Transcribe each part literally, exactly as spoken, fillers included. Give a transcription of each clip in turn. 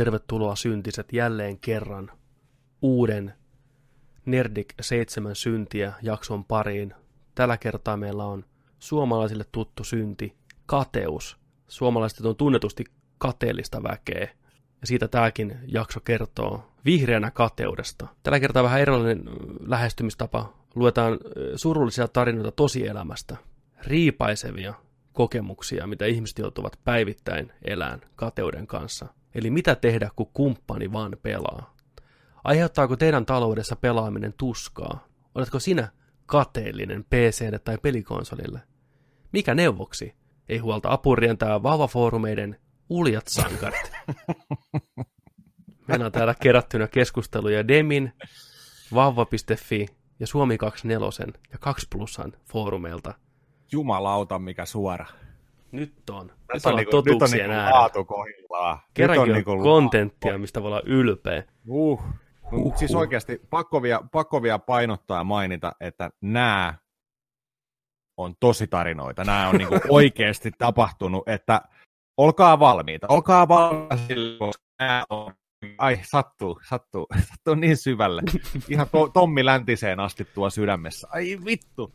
Tervetuloa syntiset jälleen kerran uuden Nerdik seitsemän syntiä jakson pariin. Tällä kertaa meillä on suomalaisille tuttu synti, kateus. Suomalaiset on tunnetusti kateellista väkeä. Ja siitä tämäkin jakso kertoo vihreänä kateudesta. Tällä kertaa vähän erilainen lähestymistapa. Luetaan surullisia tarinoita tosielämästä. Riipaisevia kokemuksia, mitä ihmiset joutuvat päivittäin elään kateuden kanssa. Eli mitä tehdä, kun kumppani vaan pelaa? Aiheuttaako teidän taloudessa pelaaminen tuskaa? Oletko sinä kateellinen P C:lle tai pelikonsolille? Mikä neuvoksi? Ei huolta apurien tai vauva-foorumeiden uljat sankarit. Meillä on täällä kerättynä keskusteluja Demin, vauva piste fi ja Suomi kaksikymmentäneljä ja kaksi plussan foorumeilta. Jumalauta, mikä suora. Nyt on. Nyt, nyt on niinku, totuuksien nyt on äärellä. laatu kohdillaan. Kerrankin on, niinku kontenttia, mistä voi olla ylpeä. Uh. Huh, siis huh. oikeasti pakko vielä, pakko vielä painottaa ja mainita, että nämä on tositarinoita. Nämä on niinku oikeasti tapahtunut, että olkaa valmiita. Olkaa valmiita sille, koska nämä on... Ai, sattuu, sattuu, sattuu niin syvälle. Ihan to, Tommi Läntiseen asti tuo sydämessä. Ai vittu.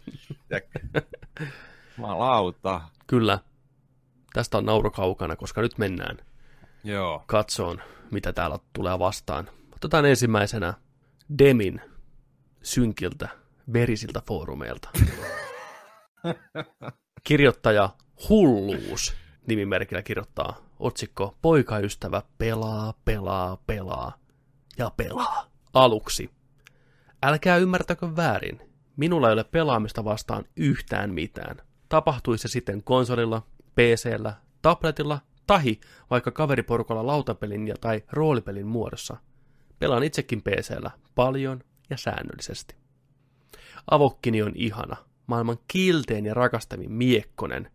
Jumalauta. Kyllä. Tästä on nauru kaukana, koska nyt mennään Joo. katsoon, mitä täällä tulee vastaan. Otetaan ensimmäisenä Demin synkiltä, verisiltä foorumeilta. Kirjoittaja Hulluus nimimerkillä kirjoittaa otsikko Poikaystävä pelaa, pelaa, pelaa ja pelaa. Aluksi. Älkää ymmärtäkö väärin. Minulla ei ole pelaamista vastaan yhtään mitään. Tapahtuisi se sitten konsolilla, P C:llä, tabletilla tahi vaikka kaveriporukalla lautapelin ja tai roolipelin muodossa. Pelaan itsekin P C:llä paljon ja säännöllisesti. Avokkini on ihana, maailman kiltein ja rakastavin miekkonen,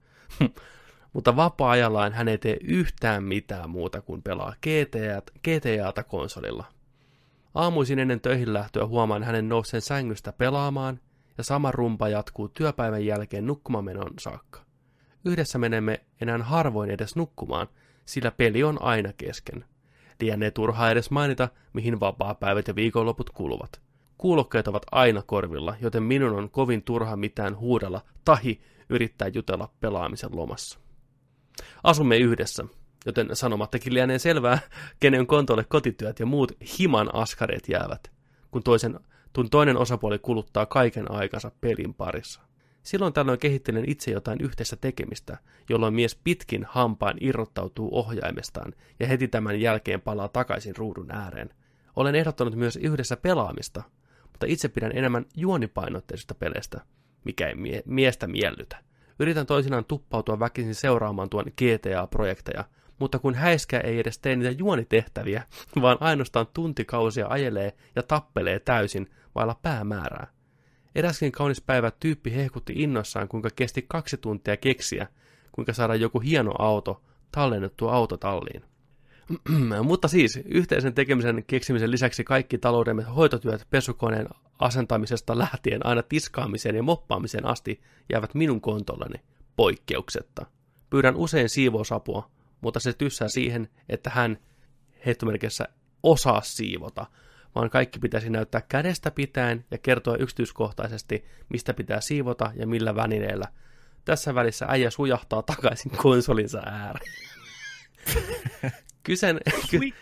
mutta vapaa-ajallaan hän ei tee yhtään mitään muuta kuin pelaa G T A:ta konsolilla. Aamuisin ennen töihin lähtöä huomaan hänen nousseen sängystä pelaamaan, ja sama rumpa jatkuu työpäivän jälkeen nukkumamenon saakka. Yhdessä menemme enää harvoin edes nukkumaan, sillä peli on aina kesken. Lienee turhaa edes mainita, mihin vapaapäivät ja viikonloput kuluvat. Kuulokkeet ovat aina korvilla, joten minun on kovin turha mitään huudella tahi yrittää jutella pelaamisen lomassa. Asumme yhdessä, joten sanomattakin lienee selvää, kenen kontolle kotityöt ja muut himan askareet jäävät, kun, toisen, kun toinen osapuoli kuluttaa kaiken aikansa pelin parissa. Silloin tällöin kehittelen itse jotain yhteistä tekemistä, jolloin mies pitkin hampaan irrottautuu ohjaimestaan ja heti tämän jälkeen palaa takaisin ruudun ääreen. Olen ehdottanut myös yhdessä pelaamista, mutta itse pidän enemmän juonipainotteisista peleistä, mikä ei mie- miestä miellytä. Yritän toisinaan tuppautua väkisin seuraamaan tuon G T A-projekteja, mutta kun häiskä ei edes tee niitä juonitehtäviä, vaan ainoastaan tuntikausia ajelee ja tappelee täysin vailla päämäärää. Eräskin kaunis päivä tyyppi hehkutti innoissaan, kuinka kesti kaksi tuntia keksiä, kuinka saada joku hieno auto tallennettua autotalliin. Mutta siis, yhteisen tekemisen keksimisen lisäksi kaikki taloudemme hoitotyöt pesukoneen asentamisesta lähtien aina tiskaamiseen ja moppaamiseen asti jäävät minun kontollani poikkeuksetta. Pyydän usein siivousapua, mutta se tyssää siihen, että hän heittomerkissä osaa siivota, vaan kaikki pitäisi näyttää kädestä pitäen ja kertoa yksityiskohtaisesti, mistä pitää siivota ja millä välineellä. Tässä välissä äijä sujahtaa takaisin konsolinsa ääreen. Kysen... Ky...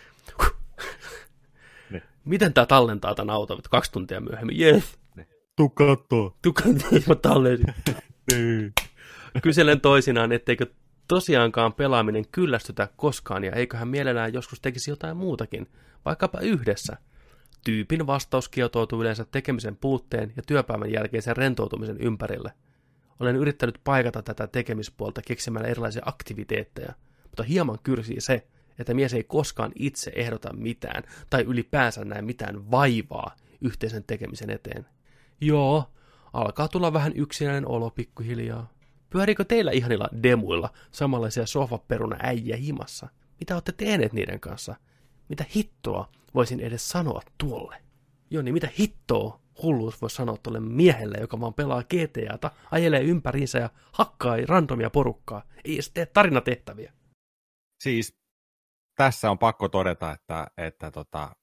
Miten tää tallentaa tän auton kaksi tuntia myöhemmin? Yes. Tuu kattoo. Tuu kattoo, mä tallensin. Kyselen toisinaan, etteikö tosiaankaan pelaaminen kyllästytä koskaan ja eiköhän mielellään joskus tekisi jotain muutakin, vaikkapa yhdessä. Tyypin vastaus kietoutuu yleensä tekemisen puutteen ja työpäivän jälkeisen rentoutumisen ympärille. Olen yrittänyt paikata tätä tekemispuolta keksimällä erilaisia aktiviteetteja, mutta hieman kyrsii se, että mies ei koskaan itse ehdota mitään tai ylipäänsä näe mitään vaivaa yhteisen tekemisen eteen. Joo, alkaa tulla vähän yksinäinen olo pikkuhiljaa. Pyörikö teillä ihanilla demuilla samanlaisia sohvaperuna äijä himassa? Mitä olette tehneet niiden kanssa? Mitä hittoa voisin edes sanoa tuolle? Joni, mitä hittoa hulluus voi sanoa tuolle miehelle, joka vaan pelaa G T A:ta, ajelee ympäriinsä ja hakkaa randomia porukkaa. Ei edes tee tarinatehtäviä. Siis tässä on pakko todeta, että, että tota,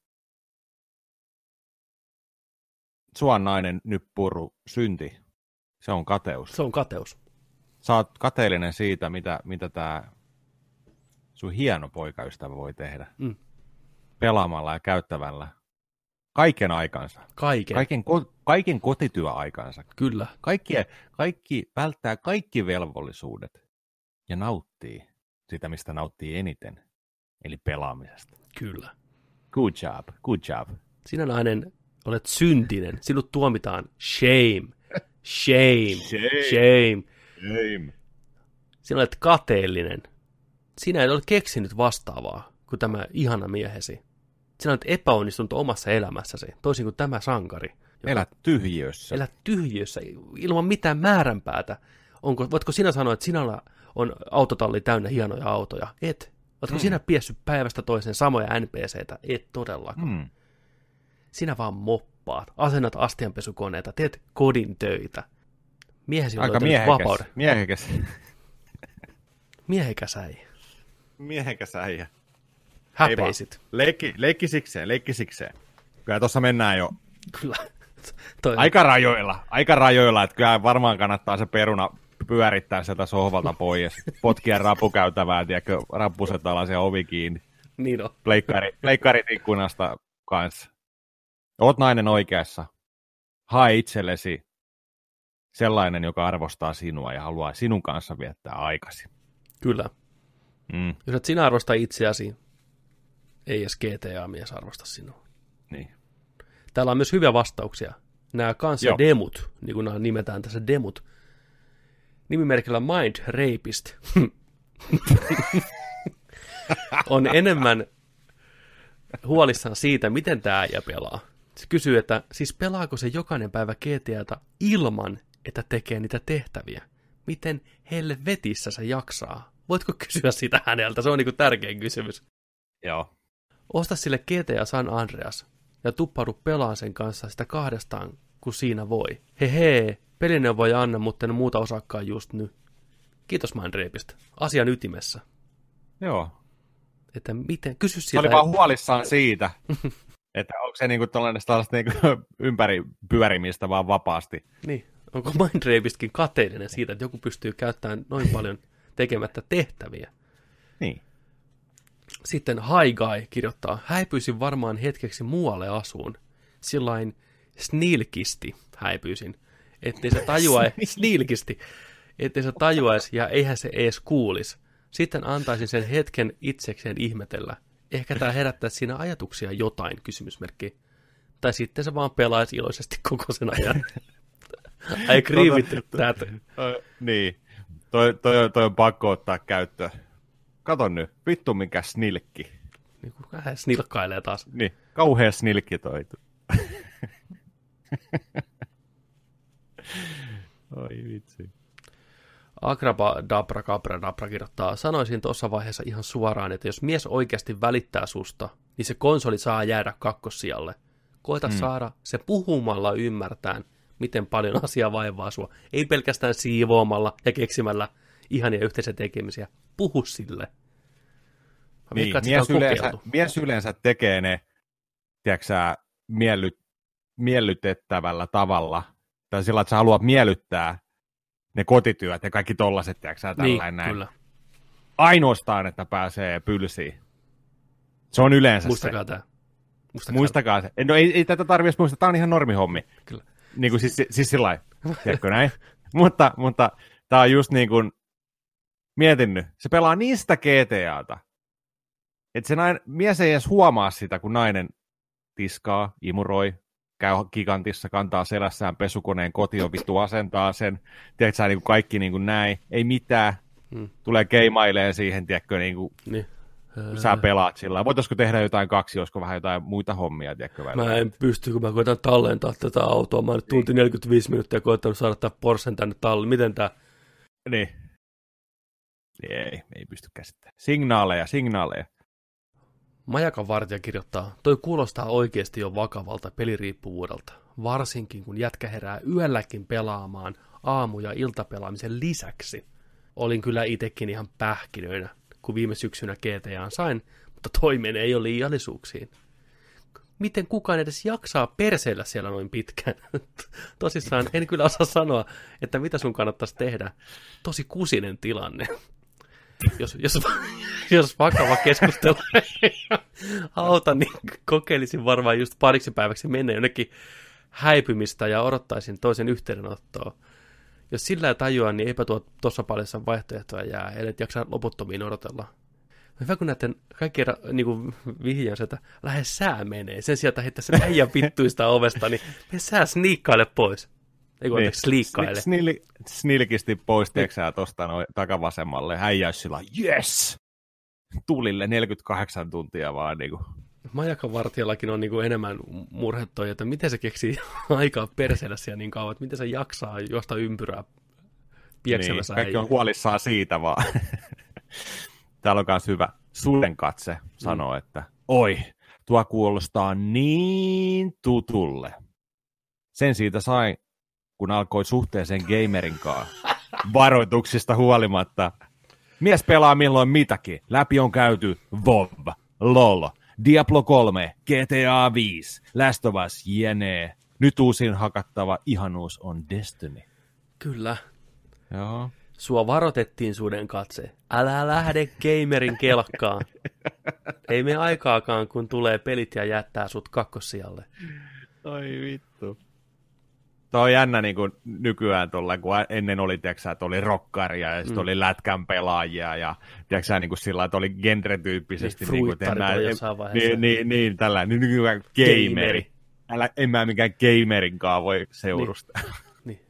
suannainen nyppuru synti, se on kateus. Se on kateus. Sä oot kateellinen siitä, mitä, mitä tää sun hieno poikaystävä voi tehdä. Mm. Pelaamalla ja käyttävällä kaiken aikansa. Kaiken. Kaiken, kaiken kotityöaikansa. Kyllä. Kaikki, kaikki välttää kaikki velvollisuudet ja nauttii sitä, mistä nauttii eniten, eli pelaamisesta. Kyllä. Good job, good job. Sinä nainen olet syntinen. Sinut tuomitaan shame, shame, shame, shame. shame. Sinä olet kateellinen. Sinä et ole keksinyt vastaavaa kuin tämä ihana miehesi. Sinä olet epäonnistunut omassa elämässäsi, toisin kuin tämä sankari. Joka... Elät tyhjiössä. Elät tyhjiössä, ilman mitään määränpäätä. Onko, voitko sinä sanoa, että sinulla on autotalli täynnä hienoja autoja? Et. Oletko mm. sinä piessyt päivästä toiseen samoja N P C:tä? Et todellakaan. Mm. Sinä vaan moppaat, asennat astianpesukoneita, teet kodin töitä. Miehesi on aika miehekäs, vapauden. Miehekäs. Miehekäs äijä. Miehekäs äijä. Häpeisit. Leikki, leikki sikseen, leikki sikseen. Kyllä tuossa mennään jo kyllä. aika rajoilla, aika rajoilla, että kyllä varmaan kannattaa se peruna pyörittää sieltä sohvalta pois, potkia rapukäytävää, tiedätkö, rappuset alas ja ovi kiinni. Niin on. Pleikkari, pleikkarit ikkunasta kanssa. Oot nainen oikeassa. Hae itsellesi sellainen, joka arvostaa sinua ja haluaa sinun kanssa viettää aikasi. Kyllä. Mm. Jos et sinä arvosta itseäsi, ei edes G T A-mies arvosta sinua. Niin. Täällä on myös hyviä vastauksia. Nämä kanssa-demut, niin kuin nämä nimetään tässä demut. Nimimerkillä Mind Rapist on enemmän huolissaan siitä, miten tämä äijä pelaa. Se kysyy, että siis pelaako se jokainen päivä G T A:ta ilman, että tekee niitä tehtäviä? Miten helvetissä se jaksaa? Voitko kysyä sitä häneltä? Se on niinku tärkein kysymys. Joo. Osta sille G T A San Andreas ja tuppaudu pelaan sen kanssa sitä kahdestaan, kun siinä voi. Hehe, pelinen voi anna, mutta en muuta osaakaan just nyt. Kiitos Mindrapista. Asian ytimessä. Joo. Että miten, kysy sitä. sitä. Oli vaan huolissaan siitä, että onko se niinku tällaista niinku ympäri pyörimistä vaan vapaasti. Niin, onko Mindrapistkin kateellinen siitä, että joku pystyy käyttämään noin paljon tekemättä tehtäviä. Niin. Sitten Hi Guy kirjoittaa, häipyisin varmaan hetkeksi muualle asuun. Sillain snilkisti häipyisin, ettei se tajuaisi, snilkisti, ettei se tajuaisi ja eihän se ees kuulisi. Sitten antaisin sen hetken itsekseen ihmetellä. Ehkä tämä herättäisi siinä ajatuksia jotain, kysymysmerkki. Tai sitten se vaan pelaisi iloisesti koko sen ajan. I agree with that. Niin, toi, toi, toi on pakko ottaa käyttöön. Kato nyt, vittu mikä snilkki. Niin kuin hän snilkkailee taas. Niin, kauhea snilkki toi. Oi vitsi. Agraba Dabra Cabra Dabra kirjoittaa, sanoisin tuossa vaiheessa ihan suoraan, että jos mies oikeasti välittää susta, niin se konsoli saa jäädä kakkossijalle. Koita hmm. saada se puhumalla ymmärtään, miten paljon asia vaivaa sua. Ei pelkästään siivoamalla ja keksimällä ihania yhteisiä tekemisiä. Puhu sille. Niin, mies, yleensä, mies yleensä tekee ne, tiedätkö, miellyt, miellytettävällä tavalla. Tai sillä, että sä haluat miellyttää ne kotityöt ja kaikki tollaset, tiedätkö, tällainen niin, näin. Kyllä. Ainoastaan, että pääsee pylsiin. Se on yleensä Muistakaa se. Tämä. Muistakaa, Muistakaa se. No ei, ei tätä tarvitse muistaa, tämä on ihan normihommi. Kyllä. Niin kuin siis, siis sillä lailla, tiedätkö näin? mutta, mutta tämä on just niin kuin, mietin nyt, se pelaa niistä G T A:ta, että se nainen, mies ei edes huomaa sitä, kun nainen tiskaa, imuroi, käy gigantissa, kantaa selässään pesukoneen kotiin, vittu asentaa sen, tiedätkö sä, niin kuin kaikki niin kuin näin, ei mitään, hmm. tulee keimaileen siihen, tiedätkö, niin kuin niin. sä pelaat sillä. Voitaisiko tehdä jotain kaksi, olisiko vähän jotain muita hommia, tiedätkö? Mä välillä. En pysty, kun mä koitan tallentaa tätä autoa, mä oon nyt tunti neljäkymmentäviisi minuuttia koittanut saada tämän Porschen tänne talliin, miten tää? Niin. Ei, ei pysty käsittämään. Signaaleja, signaaleja. Majakan vartija kirjoittaa, toi kuulostaa oikeasti jo vakavalta peliriippuvuudelta, varsinkin kun jätkä herää yölläkin pelaamaan aamu- ja iltapelaamisen lisäksi. Olin kyllä itekin ihan pähkinöinä, kun viime syksynä G T A:n sain, Mutta toi menee jo liiallisuuksiin. Miten kukaan edes jaksaa perseillä siellä noin pitkään? Tosissaan en kyllä osaa sanoa, että mitä sun kannattaisi tehdä. Tosi kusinen tilanne. Jos, jos, jos vakava keskustelu auta, niin kokeilisin varmaan just pariksi päiväksi mennä jonnekin häipymistä ja odottaisin toisen yhteydenottoa. Jos sillä ei tajua, niin eipä tuo tuossa paljossa vaihtoehtoja jää, ellei jaksa loputtomiin odotella. Hyvä, kun näiden kaikki niin vihjaan, että lähes sää menee. Sen sijaan, että heittää sen äijän vittuista ovesta, niin me sää sniikkaile pois. Ei kun niin. Sliikkaile. Snil, snilkisti pois, teeksää tuosta noin takavasemmalle. Häijäys sillä yes! Tulille neljäkymmentäkahdeksan tuntia vaan niin kuin. Majakavartijallakin on niin kuin enemmän murhettoja, että miten se keksii aikaa perseellä siellä niin kauan, että miten se jaksaa juosta ympyrää pieksemässä. Niin, kaikki on huolissaan siitä vaan. Täällä on myös hyvä sudenkatse sanoo, mm. että oi, tuo kuulostaa niin tutulle. Sen siitä sai, kun alkoi suhteeseen gamerin kanssa. Varoituksista huolimatta. Mies pelaa milloin mitäkin. Läpi on käyty WoW, LOL, Diablo kolme, G T A viisi, Last of Us, jne. Nyt uusin hakattava ihanuus on Destiny. Kyllä. Joo. Sua varoitettiin suden katse. Älä lähde gamerin kelkkaan. Ei mene aikaakaan, kun tulee pelit ja jättää sut kakkossijalle. Oi vittu. Tuo on jännä niin kuin nykyään tuolla, kun ennen oli, tiiäksä, että oli rokkaria ja sitten mm. oli lätkän pelaajia ja tiiäksä, niin kuin sillä että oli genre-tyyppisesti. Niin, fruittarit niin oli jossain vaiheessa. Niin, niin, niin tällainen. Nykyään gameri. gameri. Älä, en mä mikään gamerinkaan voi seurustaa. Niin.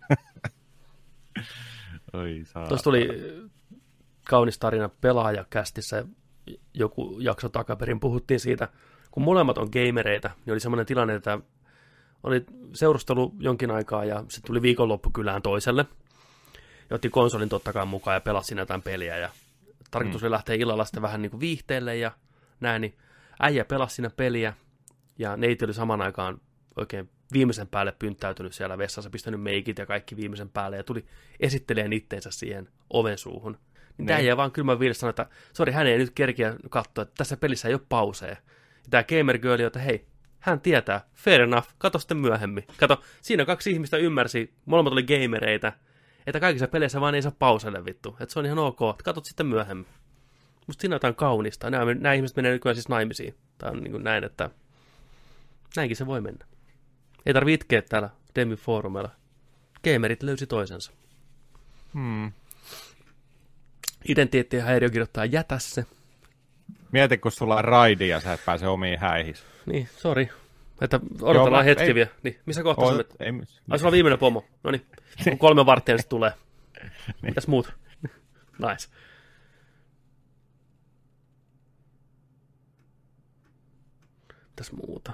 Oi, tuossa tuli kaunis tarina Pelaajakästissä joku jakso takaperin. Puhuttiin siitä, kun molemmat on gamereita, niin oli semmoinen tilanne, että oli seurustelu jonkin aikaa ja sitten tuli viikonloppu kylään toiselle. Ja otti konsolin totta kai mukaan ja pelasi siinä jotain peliä. Ja tarkoitus oli mm. lähteä illalla sitten vähän niin kuin viihteelle ja näin. Niin äijä pelasi siinä peliä ja neiti oli saman aikaan oikein viimeisen päälle pynttäytynyt siellä vessassa, pistänyt meikit ja kaikki viimeisen päälle ja tuli esittelemään itteensä siihen oven suuhun. Niin tämä jäi vaan kylmän viides sanoa, että sori, hän ei nyt kerkiä katsoa, että tässä pelissä ei ole pauseja. Ja tämä gamer girl, että hei, hän tietää, fair enough, kato sitten myöhemmin. Kato, siinä kaksi ihmistä ymmärsi, molemmat oli gamereita, että kaikissa peleissä vaan ei saa pauselle vittu. Että se on ihan ok, että katot sitten myöhemmin. Musta siinä on jotain kaunista. Nämä, nämä ihmiset menee nykyään siis naimisiin. Tämä on niin kuin näin, että näinkin se voi mennä. Ei tarvitse itkeä täällä Demi-foorumilla. Gamerit löysi toisensa. Hmm. Identiteettien häiriö kirjoittaa jätä se. Mieti, kun sulla on raidi ja sä et pääse omiin häihisi. Niin, sori. Että odotellaan hetki ei, vielä. Niin, missä kohtaa on, sä ei, Ai, sulla on viimeinen pomo. No niin, kun kolme varttia niin se tulee. Niin. Mitäs muut? Nice. Mitäs muuta?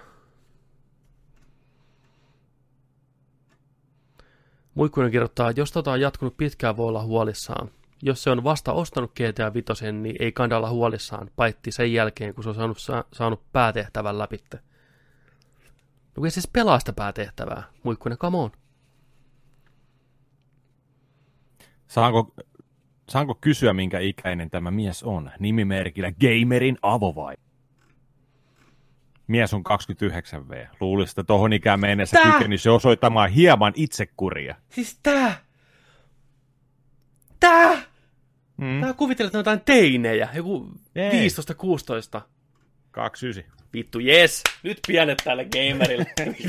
Muikkuinen kirjoittaa, jos tota on jatkunut pitkään, voi olla huolissaan. Jos se on vasta ostanut G T A viisi, niin ei kannata olla huolissaan, paitsi sen jälkeen, kun se on saanut, sa- saanut päätehtävän läpitte. No kun ei siis pelaa sitä päätehtävää. Muikkuinen, come on. Saanko, saanko kysyä, minkä ikäinen tämä mies on? Nimimerkillä Gamerin avovai. Mies on kaksikymmentäyhdeksän vuotta. Luulisin, että tohon ikään mennessä kykenisi osoittamaan hieman itsekuria. Siis tää! Tää! Hmm. Tää kuvittelee, että on jotain teinejä. Joku viisitoista kuusitoista. kaksikymmentäyhdeksän. Vittu, jes! Nyt pienet tälle gamerille.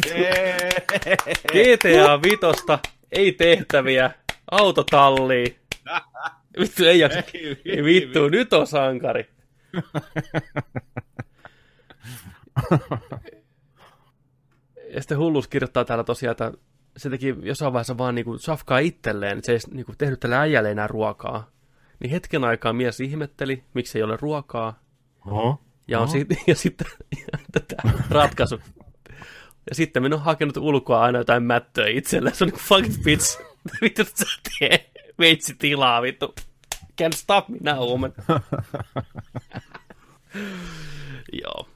G T A viisi, ei tehtäviä, autotalliin. Vittu, ei jaksa. Ei, vittu, nyt on sankari. Ja sitten Hullus kirjoittaa täällä tosiaan, että se teki jossain vaiheessa vaan niinku safkaa itselleen, että se ei niinku tehnyt tälle äijälle enää ruokaa. Niin hetken aikaa mies ihmetteli, miksi ei ole ruokaa. Oho. Ja, on sit, ja sitten tätä ratkaisu. Ja sitten minä olen hakenut ulkoa aina jotain mättöä itselleen. Se on niinku fucking bitch. Vittu, että sä tee veitsi tilaa, vittu. Can't stop me now, woman. Joo.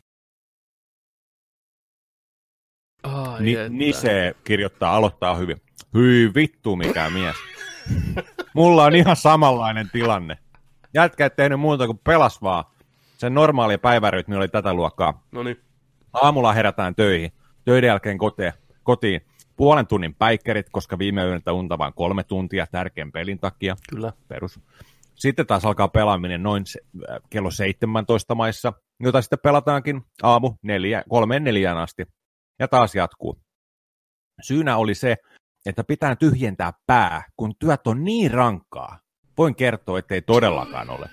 Oh, Ni- Nise kirjoittaa, aloittaa hyvin. Hyi vittu, mikä mies. Mulla on ihan samanlainen tilanne. Jätkä et tehnyt muuta kuin pelas vaan. Sen normaali päivärytmi oli tätä luokkaa. Noniin. Aamulla herätään töihin. Töiden jälkeen kotiin. kotiin. Puolen tunnin päikkerit, koska viime yöntä unta vain kolme tuntia tärkeän pelin takia. Kyllä. Perus. Sitten taas alkaa pelaaminen noin se, äh, kello seitsemäntoista maissa, jota sitten pelataankin aamu neljä, kolmeen neljään asti. Ja taas jatkuu. Syynä oli se, että pitää tyhjentää pää, kun työt on niin rankkaa. Voin kertoa, ettei todellakaan ole.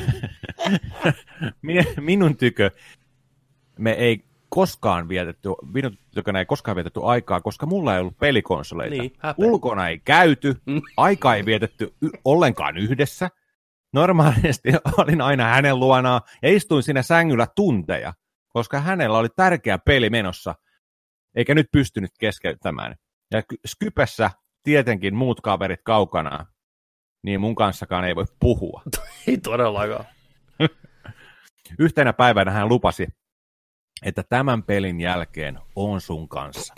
Minun tykö me ei koskaan vietetty, minun tykönä ei koskaan vietetty aikaa, koska mulla ei ollut pelikonsoleita. Niin, ulkona ei käyty, mm. aikaa ei vietetty y- ollenkaan yhdessä. Normaalisti olin aina hänen luonaan ja istuin siinä sängyllä tunteja, koska hänellä oli tärkeä peli menossa, eikä nyt pystynyt keskeyttämään. Ja Skypessä tietenkin muut kaverit kaukana, niin mun kanssakaan ei voi puhua. Ei todellakaan. Yhtenä päivänä hän lupasi, että tämän pelin jälkeen on sun kanssa.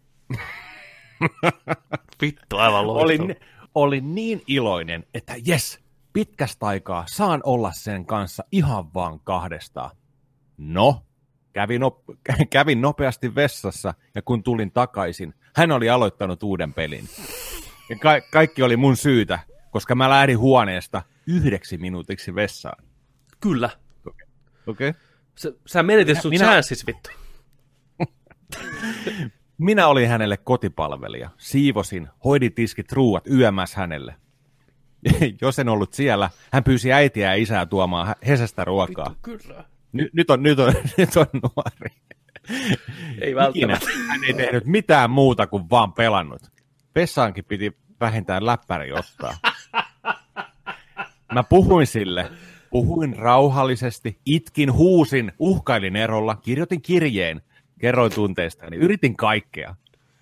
Vittu, aivan loistava. Olin, olin niin iloinen, että jes, pitkästä aikaa saan olla sen kanssa ihan vaan kahdestaan. No, kävin, op- kävin nopeasti vessassa ja kun tulin takaisin, hän oli aloittanut uuden pelin. Ja ka- kaikki oli mun syytä, koska mä lähdin huoneesta yhdeksi minuutiksi vessaan. Kyllä. Okei. Okay. Okay. Sä, sä menetit sun minä... chanssis, vittu. Minä olin hänelle kotipalvelija. Siivosin, hoidin tiskit, ruuat, yömäs hänelle. Jos en ollut siellä, hän pyysi äitiä ja isää tuomaan Hesestä ruokaa. Vittu, kyllä. Ny- nyt, on, nyt, on, nyt on nuori. Ei välttämättä. Hän ei tehnyt mitään muuta kuin vaan pelannut. Vessaankin piti vähintään läppäri ottaa. Mä puhuin sille. Puhuin rauhallisesti, itkin, huusin, uhkailin erolla, kirjoitin kirjeen, kerroin tunteistani, yritin kaikkea.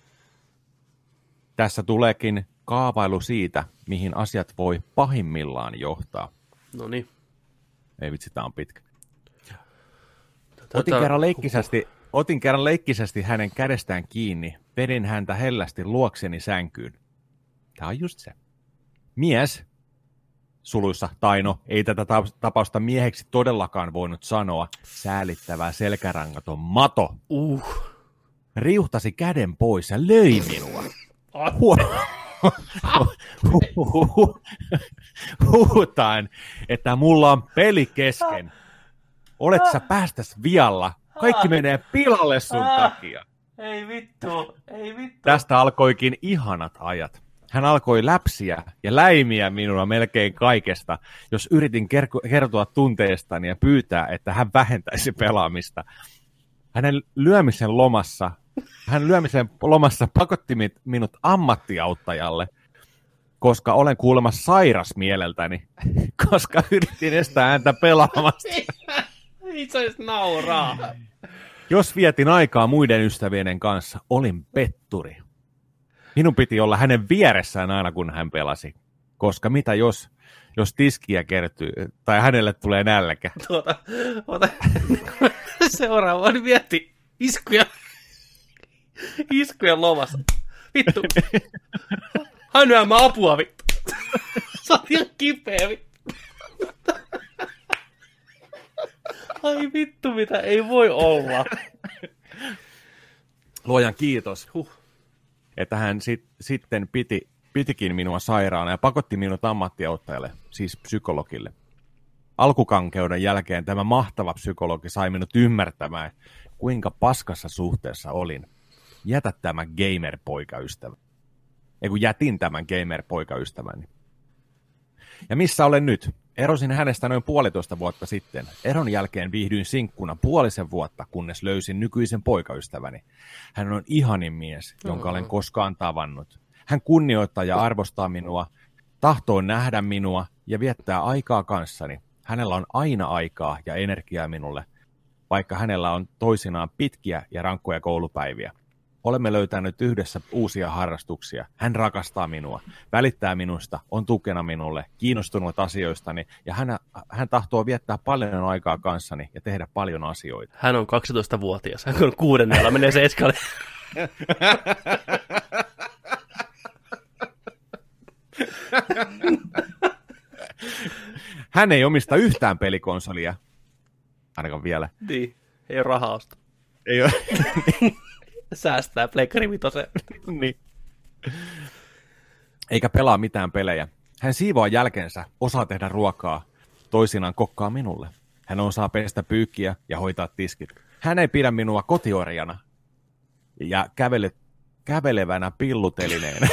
Tässä tuleekin kaavailu siitä, mihin asiat voi pahimmillaan johtaa. No niin. Ei vitsi, tää on pitkä. Tätä... Otin kerran leikkisesti, otin kerran leikkisesti hänen kädestään kiinni, vedin häntä hellästi luokseni sänkyyn. Tää on just se. Mies, suluissa Taino, ei tätä tapausta mieheksi todellakaan voinut sanoa, säälittävää selkärangaton mato. Uh. Riuhtasi käden pois ja löi minua. Huutaan, että mulla on peli kesken. Olet sä päästäs vialla. Kaikki menee pilalle sun takia. Ei vittu, ei vittu. Tästä alkoikin ihanat ajat. Hän alkoi läpsiä ja läimiä minua melkein kaikesta, jos yritin kertoa tunteestani ja pyytää, että hän vähentäisi pelaamista. Hänen lyömisen lomassa, hän lyömisen lomassa pakotti minut ammattiauttajalle, koska olen kuulemma sairas mieleltäni, koska yritin estää häntä pelaamasta. Itse asiassa nauraa. Jos vietin aikaa muiden ystävien kanssa, olin petturi. Minun piti olla hänen vieressään aina, kun hän pelasi. Koska mitä jos, jos tiskiä kertyy, tai hänelle tulee nälkä? Tuota, ota, seuraava, niin mieti iskuja, iskuja lomassa. Vittu. Hänellä mä apua, vittu. Sä oot ihan kipeä, vittu. Ai vittu, mitä ei voi olla. Luojan kiitos. Huh. Että hän sit, sitten piti, pitikin minua sairaana ja pakotti minut ammattiauttajalle, siis psykologille. Alkukankeuden jälkeen tämä mahtava psykologi sai minut ymmärtämään, kuinka paskassa suhteessa olin. Jätä tämä gamer-poikaystävä. Ei kun jätin tämän gamer-poikaystäväni. Ja missä olen nyt? Erosin hänestä noin puolitoista vuotta sitten. Eron jälkeen viihdyin sinkkuna puolisen vuotta, kunnes löysin nykyisen poikaystäväni. Hän on ihanin mies, jonka olen koskaan tavannut. Hän kunnioittaa ja arvostaa minua, tahtoo nähdä minua ja viettää aikaa kanssani. Hänellä on aina aikaa ja energiaa minulle, vaikka hänellä on toisinaan pitkiä ja rankkoja koulupäiviä. Olemme löytäneet yhdessä uusia harrastuksia. Hän rakastaa minua, välittää minusta, on tukena minulle, kiinnostunut asioistani ja hän, hän tahtoo viettää paljon aikaa kanssani ja tehdä paljon asioita. Hän on kaksitoistavuotias. Hän on kuudennella, menee se eskale. Hän ei omista yhtään pelikonsolia. ostanut vielä. Niin, ei ole rahaa ostaa. Ei ole. Säästää Pleikkari Vitosen. Niin. Eikä pelaa mitään pelejä. Hän siivoaa jälkeensä, osaa tehdä ruokaa, toisinaan kokkaa minulle. Hän osaa pestä pyykkiä ja hoitaa tiskit. Hän ei pidä minua kotiorjana ja kävele, kävelevänä pillutelineenä.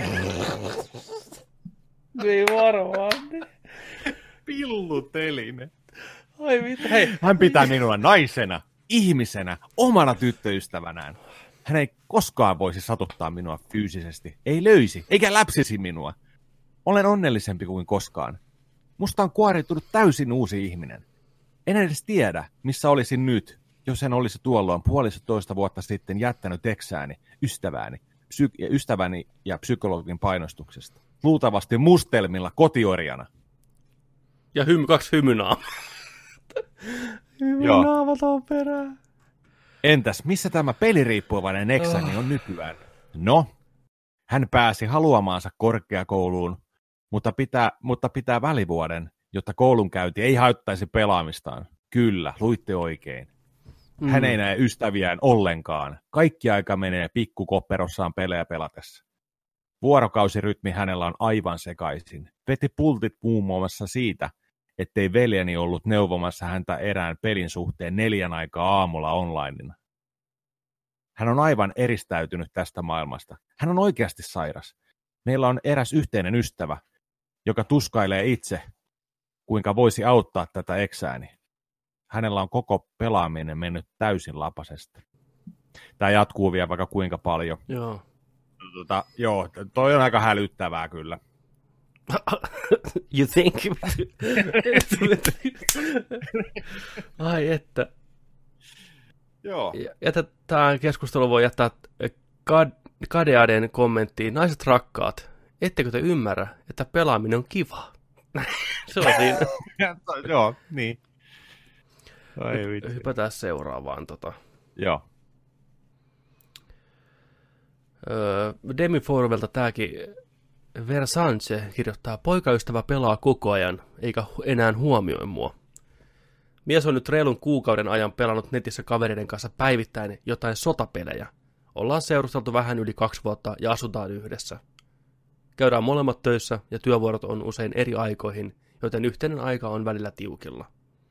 Ei varmaan. Pilluteline. Ai mitä? Hei. Hän pitää minua naisena, ihmisenä, omana tyttöystävänään. Hän ei koskaan voisi satuttaa minua fyysisesti. Ei löysi, eikä läpsisi minua. Olen onnellisempi kuin koskaan. Musta on kuoriutunut täysin uusi ihminen. En edes tiedä, missä olisin nyt, jos en olisi tuolloin puolitoista vuotta sitten jättänyt eksääni, ystävääni, psy- ystäväni ja psykologin painostuksesta. Luultavasti mustelmilla kotiorjana. Ja hymy, kaksi hymynaamaa. Hymynaamat on perään. Entäs, missä tämä peliriippuvainen eksäni on nykyään? No, hän pääsi haluamaansa korkeakouluun, mutta pitää, mutta pitää välivuoden, jotta koulunkäynti ei haittaisi pelaamistaan. Kyllä, luitte oikein. Mm. Hän ei näe ystäviään ollenkaan. Kaikki aika menee pikkukopperossaan pelejä pelatessa. Vuorokausirytmi hänellä on aivan sekaisin. Veti pultit muun muassa siitä, ettei veljeni ollut neuvomassa häntä erään pelin suhteen neljän aikaa aamulla onlinena. Hän on aivan eristäytynyt tästä maailmasta. Hän on oikeasti sairas. Meillä on eräs yhteinen ystävä, joka tuskailee itse, kuinka voisi auttaa tätä eksääni. Hänellä on koko pelaaminen mennyt täysin lapasesta. Tämä jatkuu vielä vaikka kuinka paljon. Joo. Tota, joo, toi on aika hälyttävää kyllä. You think? Ai että. Joo. Ja tämä keskustelu voi jättää Kadeaden kommenttiin. Naiset rakkaat, ettekö te ymmärrä, että pelaaminen on kiva? Se on siinä. Joo, niin. Ai vitsi. Hypätään seuraavaan. Tota. Joo. Öö, Demi Forvelta tämäkin Versanche kirjoittaa, poikaystävä pelaa koko ajan, eikä enää huomioi mua. Mies on nyt reilun kuukauden ajan pelannut netissä kavereiden kanssa päivittäin jotain sotapelejä. Ollaan seurusteltu vähän yli kaksi vuotta ja asutaan yhdessä. Käydään molemmat töissä ja työvuorot on usein eri aikoihin, joten yhteinen aika on välillä tiukilla.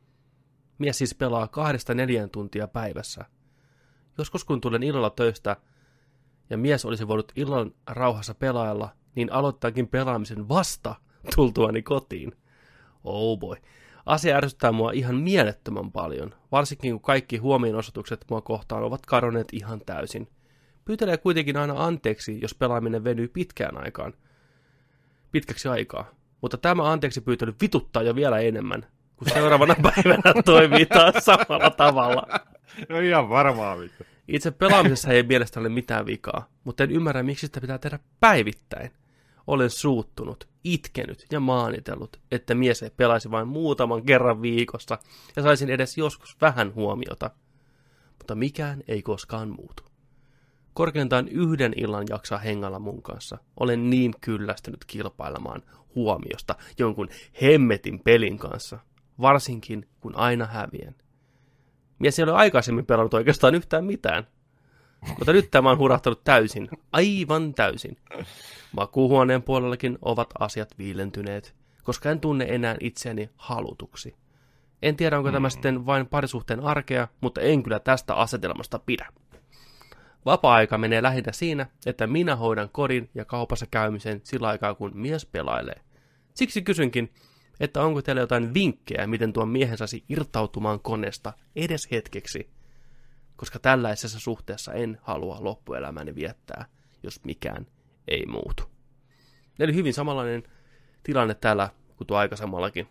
Mies siis pelaa kahdesta neljään tuntia päivässä. Joskus kun tulen illalla töistä ja mies olisi voinut illan rauhassa pelailla, niin aloittaakin pelaamisen vasta tultuani kotiin. Oh boy. Asia ärsyttää mua ihan mielettömän paljon, varsinkin kun kaikki huomionosoitukset mua kohtaan ovat kadonneet ihan täysin. Pyytelee kuitenkin aina anteeksi, jos pelaaminen venyy pitkään aikaan. Pitkäksi aikaa. Mutta tämä anteeksi pyytely vituttaa jo vielä enemmän, kun seuraavana päivänä toimii taas samalla tavalla. No ihan varmaan vittu. Itse pelaamisessa ei mielestäni ole mitään vikaa, mutta en ymmärrä, miksi sitä pitää tehdä päivittäin. Olen suuttunut, itkenyt ja maanitellut, että mies ei pelaisi vain muutaman kerran viikossa ja saisin edes joskus vähän huomiota. Mutta mikään ei koskaan muutu. Korkeintaan yhden illan jaksaa hengalla mun kanssa. Olen niin kyllästynyt kilpailemaan huomiosta jonkun hemmetin pelin kanssa, varsinkin kun aina hävien. Mies ei ole aikaisemmin pelannut oikeastaan yhtään mitään. Mutta nyt tämä on hurahtanut täysin, aivan täysin. Makuuhuoneen puolellakin ovat asiat viilentyneet, koska en tunne enää itseäni halutuksi. En tiedä, onko tämä sitten vain parisuhteen arkea, mutta en kyllä tästä asetelmasta pidä. Vapaa-aika menee lähinnä siinä, että minä hoidan kodin ja kaupassa käymisen sillä aikaa, kun mies pelailee. Siksi kysynkin, että onko teillä jotain vinkkejä, miten tuon miehen saisi irtautumaan koneesta edes hetkeksi, koska tällaisessa suhteessa en halua loppuelämäni viettää, jos mikään ei muutu. Eli hyvin samanlainen tilanne täällä kuin tuo aikaisemmallakin.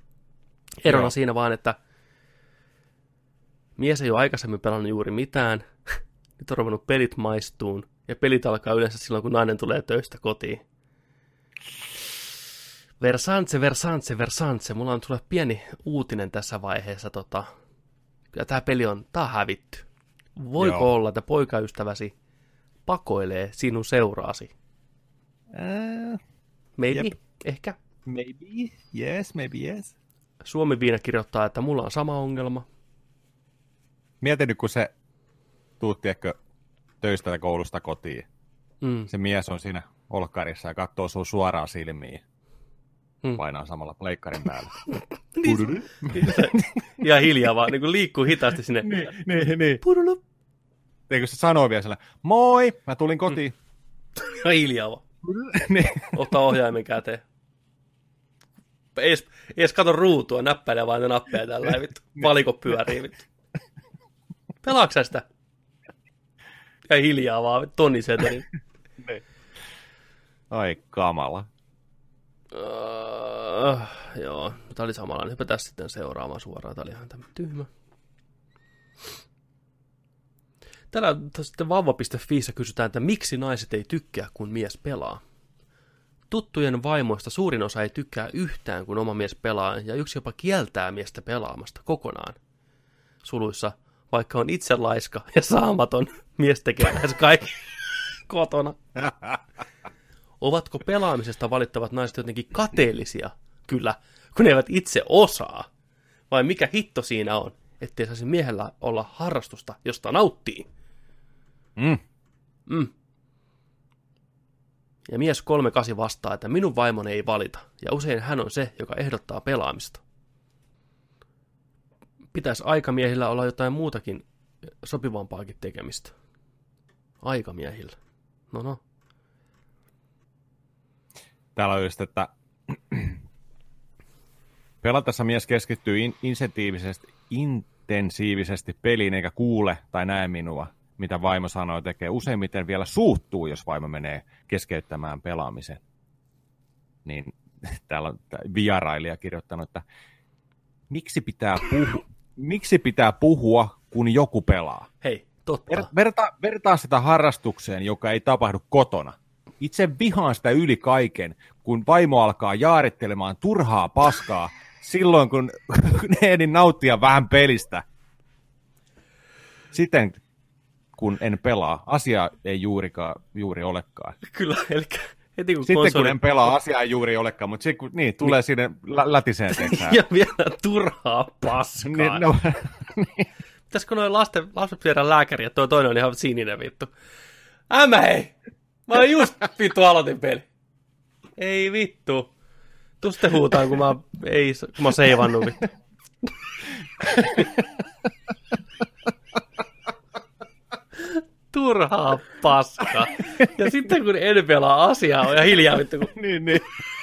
Erona Joo. siinä vaan, että mies ei ole aikaisemmin pelannut juuri mitään, nyt on ruvennut pelit maistuun, ja pelit alkaa yleensä silloin, kun nainen tulee töistä kotiin. Versanse, Versanse, Versanse. Mulla on tullut pieni uutinen tässä vaiheessa. Tota. Kyllä tämä peli on, tää on hävitty. Voiko Joo. olla, että poikaystäväsi pakoilee sinun seuraasi? Uh, maybe, yep. ehkä. Maybe, yes, maybe yes. Suomi Viina kirjoittaa, että mulla on sama ongelma. mieti nyt, kun se tuut, tiedätkö, töistä tai koulusta kotiin. Mm. Se mies on siinä olkkarissa ja katsoo sun suoraan silmiin. Mm. Painaa samalla pleikkarin päällä. Niin, ihan hiljaa vaan, niin kuin liikkuu hitaasti sinne. niin, niin, niin. Pudulu. Eikö se sanoo vielä sellainen, moi, mä tulin kotiin. Ihan hiljaa vaan. niin. Ottaa ohjaimen käteen. Ees, ees kato ruutua, näppäilee vain ne nappeja tällä ja vittu. Valiko pyörii vittu. Pelaatko sä sitä? Ja hiljaa vaan, tonni setelin. niin. Ai kamala. Uh, joo, tää oli samanlainen. Hypätään sitten seuraamaan suoraan. Tää oli ihan tämmöinen tyhmä. Täällä sitten vauva piste fiissä kysytään, että miksi naiset ei tykkää, kun mies pelaa. Tuttujen vaimoista suurin osa ei tykkää yhtään, kun oma mies pelaa, ja yksi jopa kieltää miestä pelaamasta kokonaan. Suluissa, vaikka on itse laiska ja saamaton, mies tekee lähes kaikki kotona. Ovatko pelaamisesta valittavat naiset jotenkin kateellisia? Kyllä, kun ne eivät itse osaa. Vai mikä hitto siinä on, ettei saisi miehellä olla harrastusta, josta nauttii? Mm. Mm. Ja mies kolmekymmentäkahdeksan vastaa, että minun vaimoni ei valita, ja usein hän on se, joka ehdottaa pelaamista. Pitäisi aikamiehillä olla jotain muutakin sopivampaakin tekemistä. Aikamiehillä. No no. Täällä on just, että pelatessa mies keskittyy in- insentiivisesti, intensiivisesti peliin eikä kuule tai näe minua, mitä vaimo sanoo tekee. Useimmiten vielä suuttuu, jos vaimo menee keskeyttämään pelaamisen. Niin täällä on vierailija kirjoittanut, että miksi pitää, puhu- miksi pitää puhua, kun joku pelaa? Hei, totta. Ver- verta- vertaa sitä harrastukseen, joka ei tapahdu kotona. Itse vihaan sitä yli kaiken, kun vaimo alkaa jaarittelemaan turhaa paskaa silloin, kun ne ehdin nauttia vähän pelistä. Siten, kun en pelaa, asia ei juurikaan, juuri olekaan. Kyllä, eli heti kun Sitten konsoli... kun en pelaa, asia ei juuri olekaan, mutta sitten kun niin, tulee niin. Sinne lä- lätiseen teksään. Ja vielä turhaa paskaa. Niin, no, niin. Pitäisikö noin lasten, lapset viedä lääkäri, ja tuo toinen on ihan sininen vittu. Ämä hei! Mä olen just vittu aloitin peli. Ei vittu. Tuu sitten huutaan, kun mä, ei, kun mä oon seivannut vittu. Turhaa paskaa. Ja sitten kun en pelaa asiaa, on ihan hiljaa vittu. Kun... niin, niin.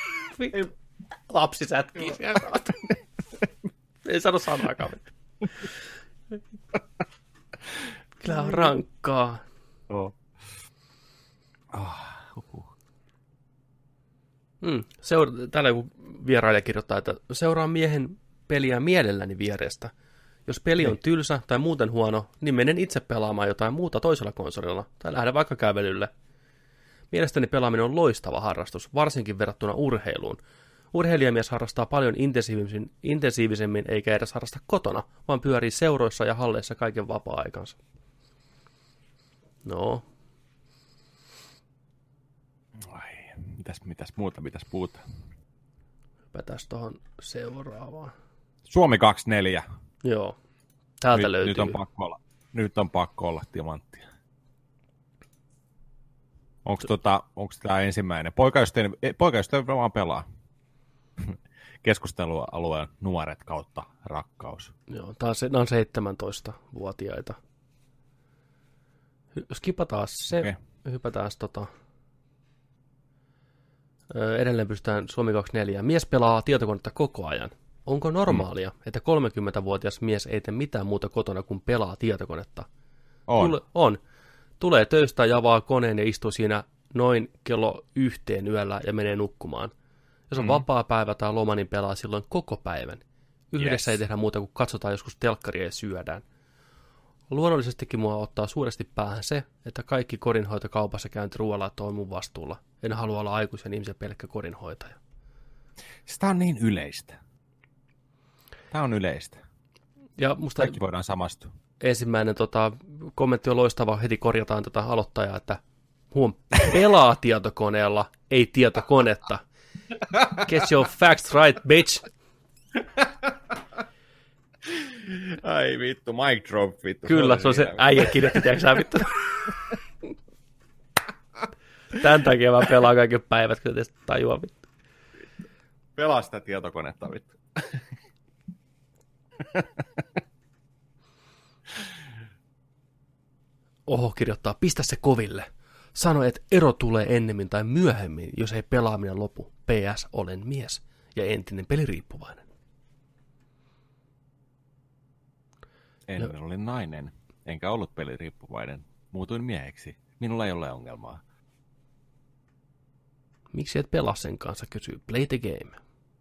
Lapsi sätkii. Ei sano sanaakaan. Kyllä on rankkaa. Oh. Oh, uh-huh. mm, Seura- Täällä joku vierailija kirjoittaa, että seuraa miehen peliä mielelläni vierestä. Jos peli on tylsä tai muuten huono, niin menen itse pelaamaan jotain muuta toisella konsolilla tai lähden vaikka kävelylle. Mielestäni pelaaminen on loistava harrastus, varsinkin verrattuna urheiluun. Urheilijamies harrastaa paljon intensiivisemmin, intensiivisemmin eikä edes harrasta kotona, vaan pyörii seuroissa ja halleissa kaiken vapaa-aikansa. No. Ai, mitäs, mitäs muuta pitäisi puhuta? Hypätäs tuohon seuraavaan. Suomi kaksikymmentäneljä. Joo, täältä nyt, löytyy. Nyt on pakko olla, nyt on pakko olla timanttia. Onko tota, tämä ensimmäinen? Poikaystävä, poikaystävä vaan pelaa. Keskustelualueen nuoret kautta rakkaus. Joo, taas nämä on seitsemäntoistavuotiaita. Skipataan se, okay. Hypätään tota. Edelleen pystytään Suomi kaksikymmentäneljä. Mies pelaa tietokonetta koko ajan. Onko normaalia, mm. että kolmekymmentävuotias mies ei tee mitään muuta kotona kuin pelaa tietokonetta? On. Tule, on. Tulee töistä ja avaa koneen ja istuu siinä noin kello yhteen yöllä ja menee nukkumaan. Jos on mm. vapaa päivä tai loma, niin pelaa silloin koko päivän. Yhdessä yes. ei tehdä muuta kuin katsotaan joskus telkkaria ja syödään. Luonnollisestikin mua ottaa suuresti päähän se, että kaikki kodinhoitokaupassa käynti ruoanlaitto on mun vastuulla. En halua olla aikuisen ihmisen pelkkä kodinhoitaja. Sitä on niin yleistä. Tämä on yleistä. Ja musta kaikki voidaan samastua. Ensimmäinen tota, kommentti on loistava. Heti korjataan tätä aloittajaa, että huom, pelaa tietokoneella, ei tietokonetta. Get your facts right, bitch. Ai vittu, mic drop vittu. Kyllä, se on se äijä kirjoitti, tiedätkö vittu. Tän takia mä pelaan kaiken päivät, kun tietysti tajua vittu. Pelaa sitä tietokonetta vittu. Oho, kirjoittaa, pistä se koville. Sano, että ero tulee ennemmin tai myöhemmin, jos ei pelaaminen lopu. P S. Olen mies ja entinen peliriippuvainen. Ennen no. olin nainen, enkä ollut peliriippuvainen. Muutuin mieheksi. Minulla ei ole ongelmaa. Miksi et pelaa sen kanssa, kysyy Play the Game.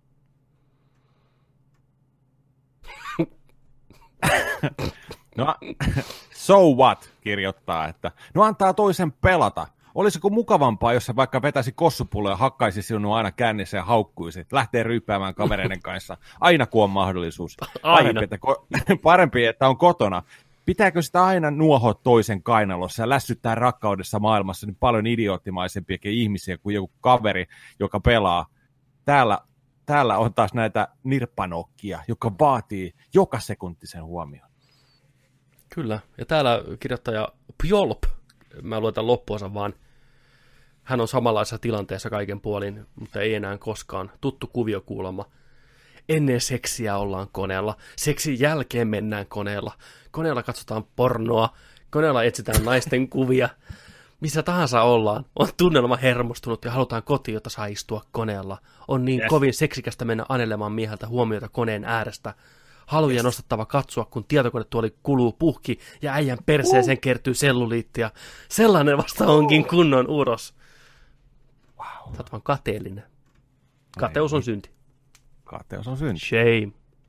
No, so what, kirjoittaa, että no antaa toisen pelata. Olisiko mukavampaa, jos sä vaikka vetäisi kossupulloa ja hakkaisi sinun aina kännissä ja haukkuisi, lähtee ryyppäämään kavereiden kanssa, aina kun on mahdollisuus. Parempi, että, ko- parempi, että on kotona. Pitääkö sitä aina nuohoa toisen kainalossa ja lässyttää rakkaudessa maailmassa niin paljon idioottimaisempiakin ihmisiä kuin joku kaveri, joka pelaa. Täällä, täällä on taas näitä nirppanokkia, joka vaatii joka sekuntisen huomioon. Kyllä, ja täällä kirjoittaja Pjolp, mä luetan loppuosan vaan, hän on samanlaisessa tilanteessa kaiken puolin, mutta ei enää koskaan. Tuttu kuviokuulema. Ennen seksiä ollaan koneella, seksin jälkeen mennään koneella, koneella katsotaan pornoa, koneella etsitään naisten kuvia, missä tahansa ollaan. On tunnelma hermostunut ja halutaan kotiin, jotta saa istua koneella. On niin yes. kovin seksikästä mennä anelemaan mieheltä huomiota koneen äärestä. Haluja yes. nostattava katsoa, kun tietokonetuoli kuluu puhki ja äijän perseeseen uh. kertyy selluliittia. Sellainen vasta onkin kunnon uros. Wow. Sä oot vaan kateellinen. Kateus on synti. Kateus on synti. Shame.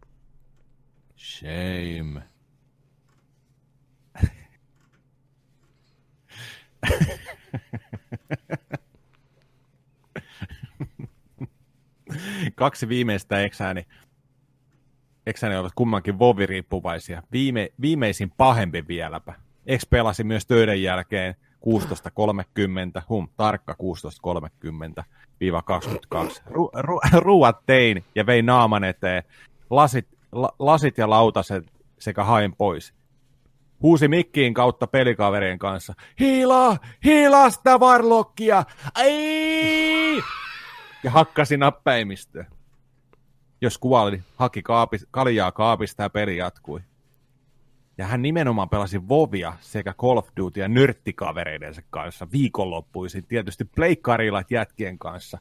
Shame. Kaksi viimeistä eksääni. Eksääni ovat kummankin Vovi-riippuvaisia. Viime, viimeisin pahempi vieläpä. Eks pelasi myös töiden jälkeen kuusitoista kolmekymmentä, hum, tarkka kuusitoista kolmekymmentä kaksikymmentäkaksi. Ru, ru, ruuat tein ja vein naaman eteen, lasit, la, lasit ja lautaset sekä hain pois. Huusi mikkiin kautta pelikaverien kanssa. Hiilaa! Hiilaa sitä varlokkia! Ai! Ja hakkasi nappäimistöä. Jos kuvaili, haki kaapis, kaljaa kaapista ja peli jatkui. Ja hän nimenomaan pelasi Vovia sekä Call of Dutya nörttikavereidensa kanssa viikonloppuisin, tietysti pleikkarilla jätkien kanssa.